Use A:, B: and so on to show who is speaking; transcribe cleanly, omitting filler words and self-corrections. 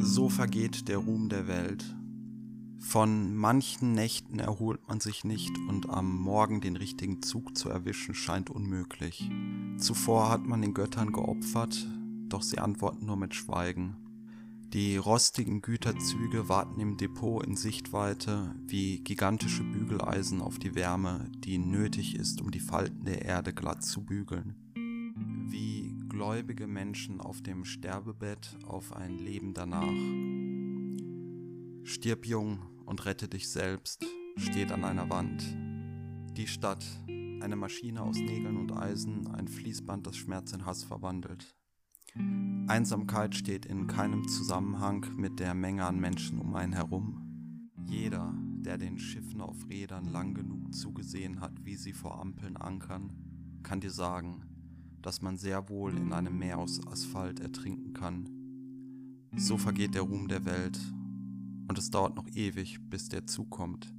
A: So vergeht der Ruhm der Welt. Von manchen Nächten erholt man sich nicht und am Morgen den richtigen Zug zu erwischen scheint unmöglich. Zuvor hat man den Göttern geopfert, doch sie antworten nur mit Schweigen. Die rostigen Güterzüge warten im Depot in Sichtweite wie gigantische Bügeleisen auf die Wärme, die nötig ist, um die Falten der Erde glatt zu bügeln. Wie gläubige Menschen auf dem Sterbebett auf ein Leben danach. Stirb jung und rette dich selbst, steht an einer Wand. Die Stadt, eine Maschine aus Nägeln und Eisen, ein Fließband, das Schmerz in Hass verwandelt. Einsamkeit steht in keinem Zusammenhang mit der Menge an Menschen um einen herum. Jeder, der den Schiffen auf Rädern lang genug zugesehen hat, wie sie vor Ampeln ankern, kann dir sagen, dass man sehr wohl in einem Meer aus Asphalt ertrinken kann. So vergeht der Ruhm der Welt und es dauert noch ewig, bis der Zug kommt.